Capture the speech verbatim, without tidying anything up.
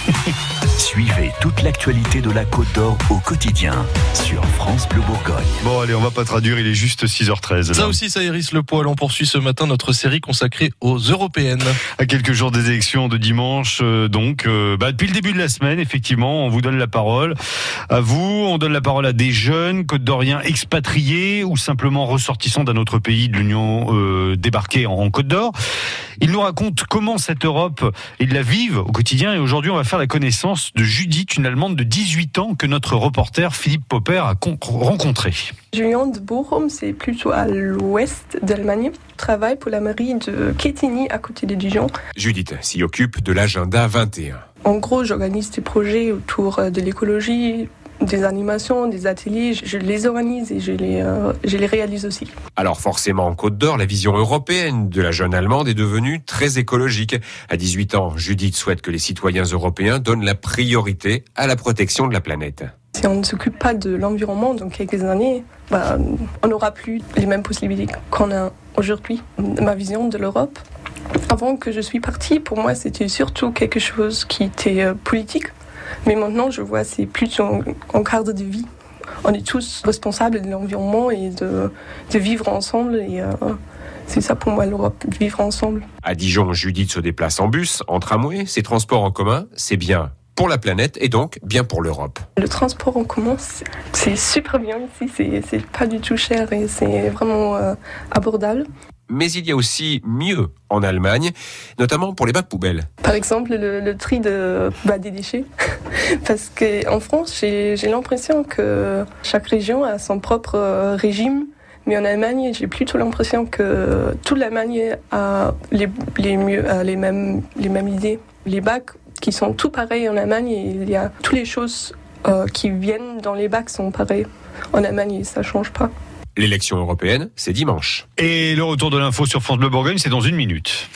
Suivez toute l'actualité de la Côte d'Or au quotidien sur France Bleu Bourgogne. Bon allez, on va pas traduire, il est juste six heures treize. Ça aussi, ça hérisse le poil. On poursuit ce matin notre série consacrée aux européennes. À quelques jours des élections de dimanche, euh, donc, euh, bah, depuis le début de la semaine, effectivement, on vous donne la parole. À vous, on donne la parole à des jeunes Côte-d'Oriens expatriés ou simplement ressortissants d'un autre pays de l'Union euh, débarqués en, en Côte d'Or. Ils nous racontent comment cette Europe, ils la vivent au quotidien. Et aujourd'hui, on va faire la connaissance de Judith, une Allemande de dix-huit ans que notre reporter Philippe Popper a con- rencontré. Je viens de Bochum, c'est plutôt à l'ouest d'Allemagne. Je travaille pour la mairie de Quetigny, à côté de Dijon. Judith s'y occupe de l'agenda vingt et un. En gros, j'organise des projets autour de l'écologie, des animations, des ateliers. Je les organise et je les, euh, je les réalise aussi. Alors forcément, en Côte d'Or, la vision européenne de la jeune Allemande est devenue très écologique. À dix-huit ans, Judith souhaite que les citoyens européens donnent la priorité à la protection de la planète. Si on ne s'occupe pas de l'environnement dans quelques années, bah, on n'aura plus les mêmes possibilités qu'on a aujourd'hui. Ma vision de l'Europe, avant que je suis partie, pour moi, c'était surtout quelque chose qui était euh, politique. Mais maintenant, je vois, c'est plus en, en cadre de vie. On est tous responsables de l'environnement et de, de vivre ensemble. Et euh, c'est ça pour moi, l'Europe, vivre ensemble. À Dijon, Judith se déplace en bus, en tramway. Ces transports en commun, c'est bien pour la planète et donc bien pour l'Europe. Le transport en commun, c'est, c'est super bien ici. C'est, c'est pas du tout cher et c'est vraiment euh, abordable. Mais il y a aussi mieux en Allemagne, notamment pour les bacs poubelles. Par exemple, le, le tri de, bah, des déchets. Parce qu'en France, j'ai, j'ai l'impression que chaque région a son propre euh, régime. Mais en Allemagne, j'ai plutôt l'impression que toute l'Allemagne a les, les, mieux, a les, mêmes, les mêmes idées. Les bacs qui sont tout pareils en Allemagne, il y a toutes les choses euh, qui viennent dans les bacs sont pareilles. En Allemagne, ça ne change pas. L'élection européenne, c'est dimanche. Et le retour de l'info sur France Bleu Bourgogne, c'est dans une minute.